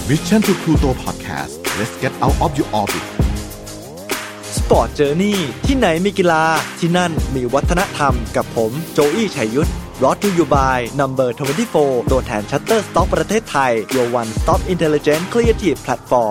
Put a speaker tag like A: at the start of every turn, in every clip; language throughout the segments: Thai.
A: Mission to Pluto Podcast let's get out of your orbit
B: Sport Journey ที่ไหนมีกีฬาที่นั่นมีวัฒนธรรมกับผมโจอี้ชัยยุทธ Brought to you by Number 24 ตัวแทน Shutterstock ประเทศไทย Your One Stop Intelligent Creative Platform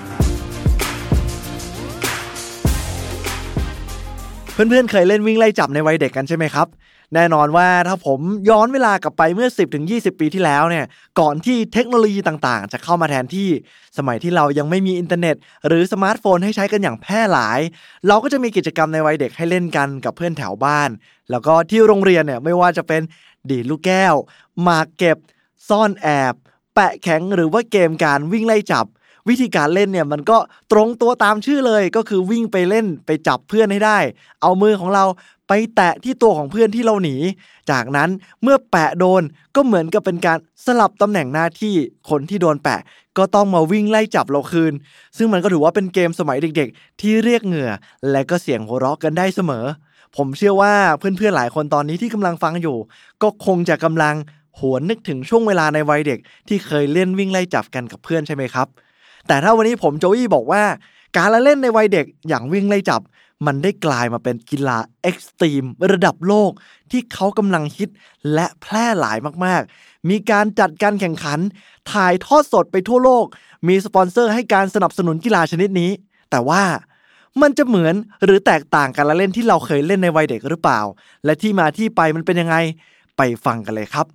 B: เพื่อนๆเคยเล่นวิ่งไล่จับในวัยเด็กกันใช่ไหมครับแน่นอนว่าถ้าผมย้อนเวลากลับไปเมื่อ 10-20 ปีที่แล้วเนี่ยก่อนที่เทคโนโลยีต่างๆจะเข้ามาแทนที่สมัยที่เรายังไม่มีอินเทอร์เน็ตหรือสมาร์ทโฟนให้ใช้กันอย่างแพร่หลายเราก็จะมีกิจกรรมในวัยเด็กให้เล่นกันกับเพื่อนแถวบ้านแล้วก็ที่โรงเรียนเนี่ยไม่ว่าจะเป็นดีดลูกแก้วหมากเก็บซ่อนแอบแปะแข็งหรือว่าเกมการวิ่งไล่จับวิธีการเล่นเนี่ยมันก็ตรงตัวตามชื่อเลยก็คือวิ่งไปเล่นไปจับเพื่อนให้ได้เอามือของเราไปแตะที่ตัวของเพื่อนที่เราหนีจากนั้นเมื่อแปะโดนก็เหมือนกับเป็นการสลับตำแหน่งหน้าที่คนที่โดนแปะก็ต้องมาวิ่งไล่จับเราคืนซึ่งมันก็ถือว่าเป็นเกมสมัยเด็กๆที่เรียกเหงื่อและก็เสียงหัวเราะกันได้เสมอผมเชื่อว่าเพื่อนๆหลายคนตอนนี้ที่กำลังฟังอยู่ก็คงจะกำลังหวนนึกถึงช่วงเวลาในวัยเด็กที่เคยเล่นวิ่งไล่จับกันกับเพื่อนใช่ไหมครับแต่ถ้าวันนี้ผมโจอี้บอกว่าการละเล่นในวัยเด็กอย่างวิ่งไล่จับมันได้กลายมาเป็นกีฬาเอ็กซ์ตรีมระดับโลกที่เขากำลังฮิตและแพร่หลายมากๆมีการจัดการแข่งขันถ่ายทอดสดไปทั่วโลกมีสปอนเซอร์ให้การสนับสนุนกีฬาชนิดนี้แต่ว่ามันจะเหมือนหรือแตกต่างกันละเล่นที่เราเคยเล่นในวัยเด็กหรือเปล่าและที่มาที่ไปมันเป็นยังไงไปฟังกันเลยครับ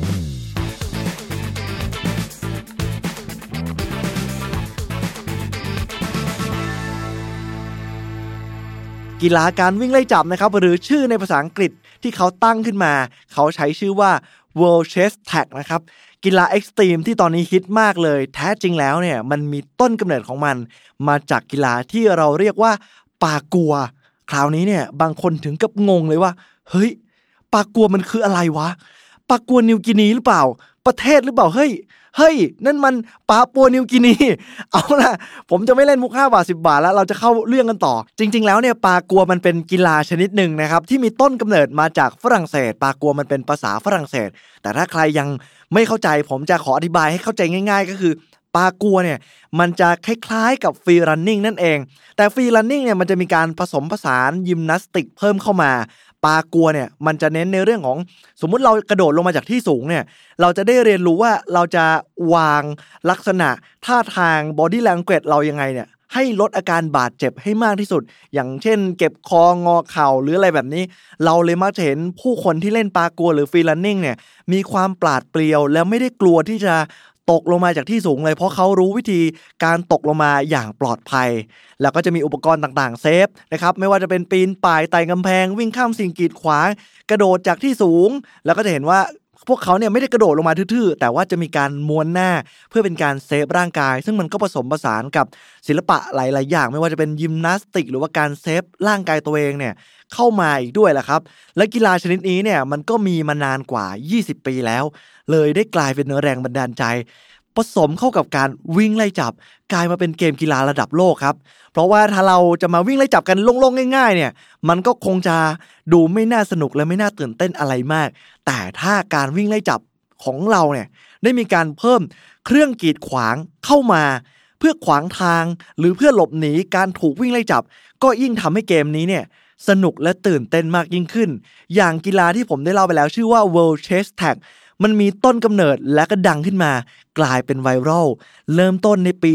B: กีฬาการวิ่งไล่จับนะครับหรือชื่อในภาษาอังกฤษที่เขาตั้งขึ้นมาเขาใช้ชื่อว่า World Chess Tag นะครับกีฬาเอ็กซ์ตรีมที่ตอนนี้ฮิตมากเลยแท้จริงแล้วเนี่ยมันมีต้นกำเนิดของมันมาจากกีฬาที่เราเรียกว่าปากัวคราวนี้เนี่ยบางคนถึงกับงงเลยว่าเฮ้ยปากัวมันคืออะไรวะปากัวนิวกินีหรือเปล่าประเทศหรือเปล่าเฮ้ยนั่นมันปาปัวนิวกินีเอาล่ะผมจะไม่เล่นมุก5 บาท 10 บาทแล้วเราจะเข้าเรื่องกันต่อจริงๆแล้วเนี่ยปากัวมันเป็นกีฬาชนิดหนึ่งนะครับที่มีต้นกำเนิดมาจากฝรั่งเศสปากัวมันเป็นภาษาฝรั่งเศสแต่ถ้าใครยังไม่เข้าใจผมจะขออธิบายให้เข้าใจง่ายๆก็คือปากัวเนี่ยมันจะคล้ายๆกับฟรีรันนิ่งนั่นเองแต่ฟรีรันนิ่งเนี่ยมันจะมีการผสมผสานยิมนาสติกเพิ่มเข้ามาปากัวเนี่ยมันจะเน้นในเรื่องของสมมุติเรากระโดดลงมาจากที่สูงเนี่ยเราจะได้เรียนรู้ว่าเราจะวางลักษณะท่าทาง body language เรายังไงเนี่ยให้ลดอาการบาดเจ็บให้มากที่สุดอย่างเช่นเก็บคองอเข่าหรืออะไรแบบนี้เราเลยมักจะเห็นผู้คนที่เล่นปากัวหรือฟรีรันนิ่งเนี่ยมีความปราดเปรียวแล้วไม่ได้กลัวที่จะตกลงมาจากที่สูงเลยเพราะเขารู้วิธีการตกลงมาอย่างปลอดภัยแล้วก็จะมีอุปกรณ์ต่างๆเซฟนะครับไม่ว่าจะเป็นปีนป่ายไต่กำแพงวิ่งข้ามสิ่งกีดขวางกระโดดจากที่สูงแล้วก็จะเห็นว่าพวกเขาเนี่ยไม่ได้กระโดดลงมาทื่อๆแต่ว่าจะมีการม้วนหน้าเพื่อเป็นการเซฟร่างกายซึ่งมันก็ผสมผสานกับศิลปะหลายๆอย่างไม่ว่าจะเป็นยิมนาสติกหรือว่าการเซฟร่างกายตัวเองเนี่ยเข้ามาอีกด้วยแหละครับและกีฬาชนิดนี้เนี่ยมันก็มีมานานกว่า20 ปีแล้วเลยได้กลายเป็นแรงบันดาลใจผสมเข้ากับการวิ่งไล่จับกลายมาเป็นเกมกีฬาระดับโลกครับเพราะว่าถ้าเราจะมาวิ่งไล่จับกันโล่งๆง่ายๆเนี่ยมันก็คงจะดูไม่น่าสนุกและไม่น่าตื่นเต้นอะไรมากแต่ถ้าการวิ่งไล่จับของเราเนี่ยได้มีการเพิ่มเครื่องกีดขวางเข้ามาเพื่อขวางทางหรือเพื่อหลบหนีการถูกวิ่งไล่จับก็ยิ่งทำให้เกมนี้เนี่ยสนุกและตื่นเต้นมากยิ่งขึ้นอย่างกีฬาที่ผมได้เล่าไปแล้วชื่อว่า World Chess Tagมันมีต้นกำเนิดและก็ดังขึ้นมากลายเป็นไวรัลเริ่มต้นในปี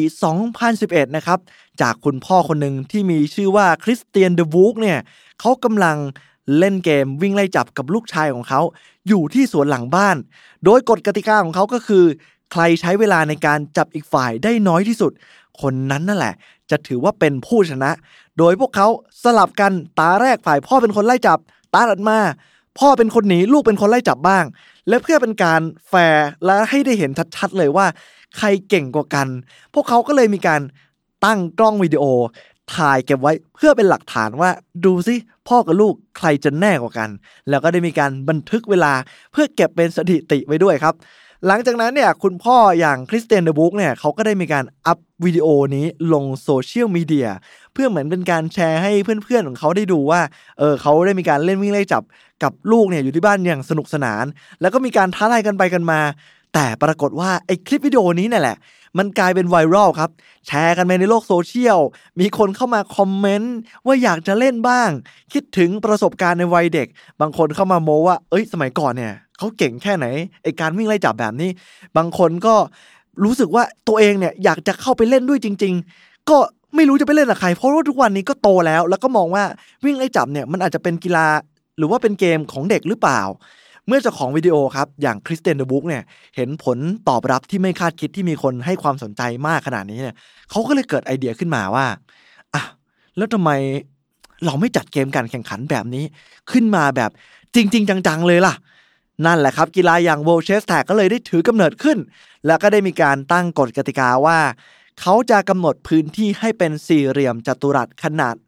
B: 2011 นะครับจากคุณพ่อคนหนึ่งที่มีชื่อว่าคริสเตียนเดวูกเนี่ยเขากำลังเล่นเกมวิ่งไล่จับกับลูกชายของเขาอยู่ที่สวนหลังบ้านโดยกฎกติกาของเขาก็คือใครใช้เวลาในการจับอีกฝ่ายได้น้อยที่สุดคนนั้นนั่นแหละจะถือว่าเป็นผู้ชนะโดยพวกเขาสลับกันตาแรกฝ่ายพ่อเป็นคนไล่จับตาถัดมาพ่อเป็นคนหนีลูกเป็นคนไล่จับบ้างและเพื่อเป็นการแฟร์และให้ได้เห็นชัดๆเลยว่าใครเก่งกว่ากันพวกเขาก็เลยมีการตั้งกล้องวิดีโอถ่ายเก็บไว้เพื่อเป็นหลักฐานว่าดูสิพ่อกับลูกใครจะแน่กว่ากันแล้วก็ได้มีการบันทึกเวลาเพื่อเก็บเป็นสถิติไว้ด้วยครับหลังจากนั้นเนี่ยคุณพ่ออย่างคริสเตียนเดบุ๊กเนี่ยเขาก็ได้มีการอัพวิดีโอนี้ลงโซเชียลมีเดียเพื่อเหมือนเป็นการแชร์ให้เพื่อนๆของเขาได้ดูว่าเขาได้มีการเล่นวิ่งไล่จับกับลูกเนี่ยอยู่ที่บ้านอย่างสนุกสนานแล้วก็มีการท้าทายกันไปกันมาแต่ปรากฏว่าไอ้คลิปวิดีโอนี้นั่นแหละมันกลายเป็นไวรัลครับแชร์กันไปในโลกโซเชียลมีคนเข้ามาคอมเมนต์ว่าอยากจะเล่นบ้างคิดถึงประสบการณ์ในวัยเด็กบางคนเข้ามาโม้ว่าสมัยก่อนเนี่ยเขาเก่งแค่ไหนไอ้การวิ่งไล่จับแบบนี้บางคนก็รู้สึกว่าตัวเองเนี่ยอยากจะเข้าไปเล่นด้วยจริงๆก็ไม่รู้จะไปเล่นกับใครเพราะว่าทุกวันนี้ก็โตแล้วก็มองว่าวิ่งไล่จับเนี่ยมันอาจจะเป็นกีฬาหรือว่าเป็นเกมของเด็กหรือเปล่าเมื่อเจ้าของวิดีโอครับอย่างคริสเตียนเดอะบุ๊กเนี่ยเห็นผลตอบรับที่ไม่คาดคิดที่มีคนให้ความสนใจมากขนาดนี้เนี่ยเขาก็เลยเกิดไอเดียขึ้นมาว่าแล้วทำไมเราไม่จัดเกมการแข่งขันแบบนี้ขึ้นมาแบบจริงๆจังๆเลยล่ะนั่นแหละครับกีฬาอย่าง World Chess Tag ก็เลยได้ถือกำเนิดขึ้นแล้วก็ได้มีการตั้งกฎกติกาว่าเขาจะกำหนดพื้นที่ให้เป็นสี่เหลี่ยมจัตุรัสขนาด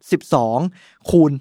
B: 12 คูณ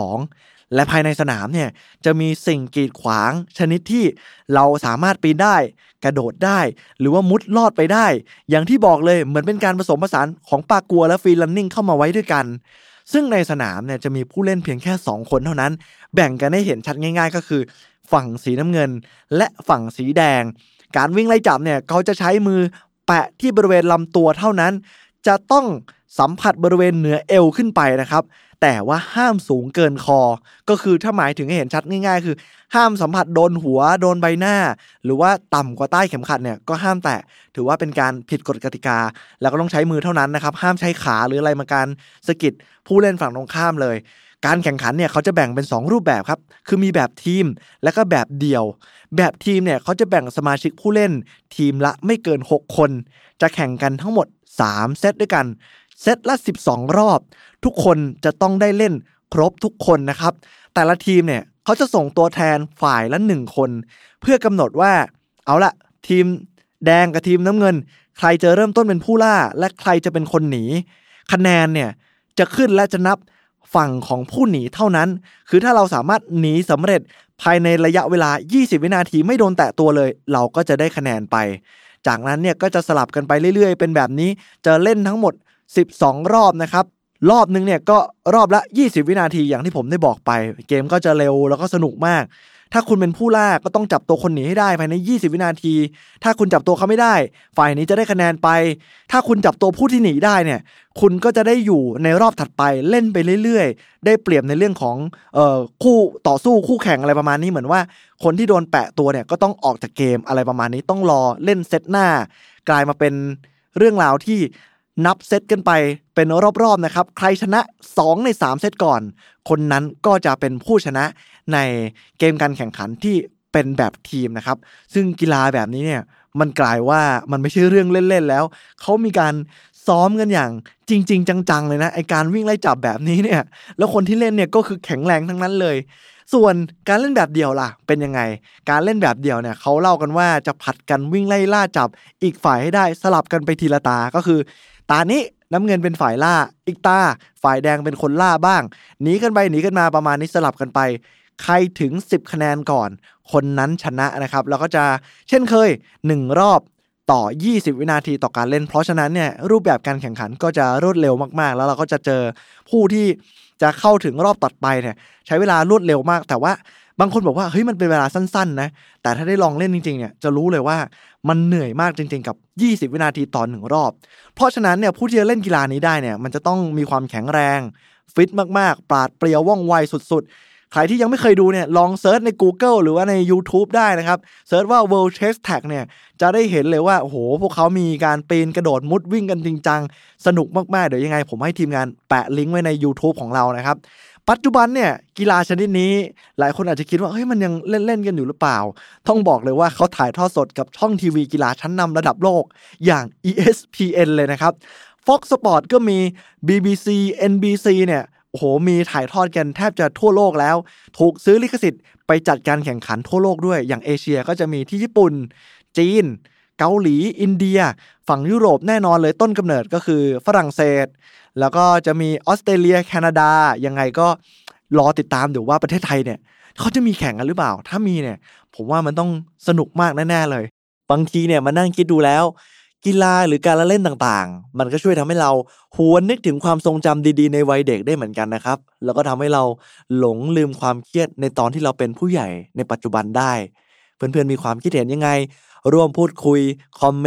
B: 12และภายในสนามเนี่ยจะมีสิ่งกีดขวางชนิดที่เราสามารถปีนได้กระโดดได้หรือว่ามุดลอดไปได้อย่างที่บอกเลยเหมือนเป็นการผสมผสานของปากัวและฟรีรันนิ่งเข้ามาไว้ด้วยกันซึ่งในสนามเนี่ยจะมีผู้เล่นเพียงแค่2คนเท่านั้นแบ่งกันให้เห็นชัดง่ายๆก็คือฝั่งสีน้ำเงินและฝั่งสีแดงการวิ่งไล่จับเนี่ยเขาจะใช้มือแปะที่บริเวณลำตัวเท่านั้นจะต้องสัมผัสบริเวณเหนือเอวขึ้นไปนะครับแต่ว่าห้ามสูงเกินคอก็คือถ้าหมายถึงให้เห็นชัดง่ายๆคือห้ามสัมผัสโดนหัวโดนใบหน้าหรือว่าต่ำกว่าใต้เข็มขัดเนี่ยก็ห้ามแตะถือว่าเป็นการผิดกฎกติกาแล้วก็ต้องใช้มือเท่านั้นนะครับห้ามใช้ขาหรืออะไรมาการสะกิดผู้เล่นฝั่งตรงข้ามเลยการแข่งขันเนี่ยเขาจะแบ่งเป็น2รูปแบบครับคือมีแบบทีมและก็แบบเดี่ยวแบบทีมเนี่ยเขาจะแบ่งสมาชิกผู้เล่นทีมละไม่เกิน6คนจะแข่งกันทั้งหมด3เซตด้วยกันเซตละ12รอบทุกคนจะต้องได้เล่นครบทุกคนนะครับแต่ละทีมเนี่ยเขาจะส่งตัวแทนฝ่ายละ1คนเพื่อกำหนดว่าเอาละทีมแดงกับทีมน้ำเงินใครจะเริ่มต้นเป็นผู้ล่าและใครจะเป็นคนหนีคะแนนเนี่ยจะขึ้นและจะนับฝั่งของผู้หนีเท่านั้นคือถ้าเราสามารถหนีสำเร็จภายในระยะเวลา20วินาทีไม่โดนแตะตัวเลยเราก็จะได้คะแนนไปจากนั้นเนี่ยก็จะสลับกันไปเรื่อยๆเป็นแบบนี้จะเล่นทั้งหมด12รอบนะครับรอบนึงเนี่ยก็รอบละ20วินาทีอย่างที่ผมได้บอกไปเกมก็จะเร็วแล้วก็สนุกมากถ้าคุณเป็นผู้ล่าก็ต้องจับตัวคนหนีให้ได้ภายใน20วินาทีถ้าคุณจับตัวเขาไม่ได้ฝ่ายนี้จะได้คะแนนไปถ้าคุณจับตัวผู้ที่หนีได้เนี่ยคุณก็จะได้อยู่ในรอบถัดไปเล่นไปเรื่อยๆได้เปรียบในเรื่องของคู่ต่อสู้คู่แข่งอะไรประมาณนี้เหมือนว่าคนที่โดนแปะตัวเนี่ยก็ต้องออกจากเกมอะไรประมาณนี้ต้องรอเล่นเซตหน้ากลายมาเป็นเรื่องราวที่นับเซตกันไปเป็นรอบๆนะครับใครชนะ2ใน3เซตก่อนคนนั้นก็จะเป็นผู้ชนะในเกมการแข่งขันที่เป็นแบบทีมนะครับซึ่งกีฬาแบบนี้เนี่ยมันกลายว่ามันไม่ใช่เรื่องเล่นๆแล้วเขามีการซ้อมกันอย่างจริงๆจังๆเลยนะไอการวิ่งไล่จับแบบนี้เนี่ยแล้วคนที่เล่นเนี่ยก็คือแข็งแรงทั้งนั้นเลยส่วนการเล่นแบบเดี่ยวล่ะเป็นยังไงการเล่นแบบเดี่ยวเนี่ยเขาเล่ากันว่าจะผัดกันวิ่งไล่ล่าจับอีกฝ่ายให้ได้สลับกันไปทีละตาก็คือตานี้น้ำเงินเป็นฝ่ายล่าอีกตาฝ่ายแดงเป็นคนล่าบ้างหนีกันไปหนีกันมาประมาณนี้สลับกันไปใครถึง10คะแนนก่อนคนนั้นชนะนะครับแล้วก็จะเช่นเคย1รอบต่อ20วินาทีต่อการเล่นเพราะฉะนั้นเนี่ยรูปแบบการแข่งขันก็จะรวดเร็วมากๆแล้วเราก็จะเจอผู้ที่จะเข้าถึงรอบต่อไปเนี่ยใช้เวลารวดเร็วมากแต่ว่าบางคนบอกว่าเฮ้ยมันเป็นเวลาสั้นๆนะแต่ถ้าได้ลองเล่นจริงๆเนี่ยจะรู้เลยว่ามันเหนื่อยมากจริงๆกับ20วินาทีต่อ1รอบเพราะฉะนั้นเนี่ยผู้ที่จะเล่นกีฬานี้ได้เนี่ยมันจะต้องมีความแข็งแรงฟิตมากๆปราดเปรียวว่องไวสุดๆใครที่ยังไม่เคยดูเนี่ยลองเซิร์ชใน Google หรือว่าใน YouTube ได้นะครับเซิร์ชว่า World Chess Tag เนี่ยจะได้เห็นเลยว่าโอ้โหพวกเขามีการปีนกระโดดมุดวิ่งกันจริงจังสนุกมากๆเดี๋ยวยังไงผมให้ทีมงานแปะลิงก์ไว้ใน YouTube ของเรานะครับปัจจุบันเนี่ยกีฬาชนิดนี้หลายคนอาจจะคิดว่าเฮ้ยมันยังเล่นกันอยู่หรือเปล่าต้องบอกเลยว่าเขาถ่ายทอดสดกับช่องทีวีกีฬาชั้นนำระดับโลกอย่าง ESPN เลยนะครับ Fox Sport ก็มี BBC NBC เนี่ยโอ้โหมีถ่ายทอดกันแทบจะทั่วโลกแล้วถูกซื้อลิขสิทธิ์ไปจัดการแข่งขันทั่วโลกด้วยอย่างเอเชียก็จะมีที่ญี่ปุ่นจีนเกาหลีอินเดียฝั่งยุโรปแน่นอนเลยต้นกำเนิดก็คือฝรั่งเศสแล้วก็จะมีออสเตรเลียแคนาดายังไงก็รอติดตามดูว่าประเทศไทยเนี่ยเขาจะมีแข่งกันหรือเปล่าถ้ามีเนี่ยผมว่ามันต้องสนุกมากแน่ๆเลยบางทีเนี่ยมานั่งคิดดูแล้วกีฬาหรือการละเล่นต่างๆมันก็ช่วยทำให้เราหวนนึกถึงความทรงจำดีๆในวัยเด็กได้เหมือนกันนะครับแล้วก็ทำให้เราหลงลืมความเครียดในตอนที่เราเป็นผู้ใหญ่ในปัจจุบันได้เพื่อนๆมีความคิดเห็นยังไงร่วมพูดคุยคอมเมนต์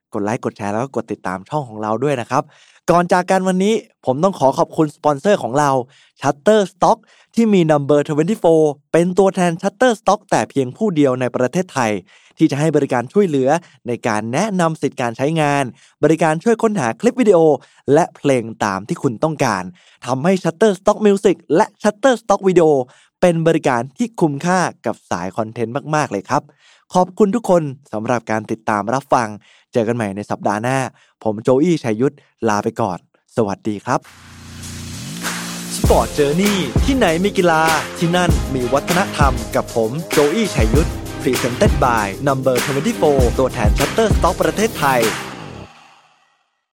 B: กดไลค์กดแชร์แล้วก็กดติดตามช่องของเราด้วยนะครับก่อนจากกันวันนี้ผมต้องขอบคุณสปอนเซอร์ของเรา Shutterstock ที่มี Number 24 เป็นตัวแทน Shutterstock แต่เพียงผู้เดียวในประเทศไทยที่จะให้บริการช่วยเหลือในการแนะนำสิทธิการใช้งานบริการช่วยค้นหาคลิปวิดีโอและเพลงตามที่คุณต้องการทำให้ Shutterstock Music และ Shutterstock Video เป็นบริการที่คุ้มค่ากับสายคอนเทนต์มากๆเลยครับขอบคุณทุกคนสำหรับการติดตามรับฟังเจอกันใหม่ในสัปดาห์หน้าผมโจอี้ชัยยุทธลาไปก่อนสวัสดีครับสปอร์ตเจอร์นี่ที่ไหนมีกีฬาที่นั่นมีวัฒนธรรมกับผมโจอี้ชัยยุทธ Presented by Number 24 ตัวแทน Shutterstock ประเทศไทย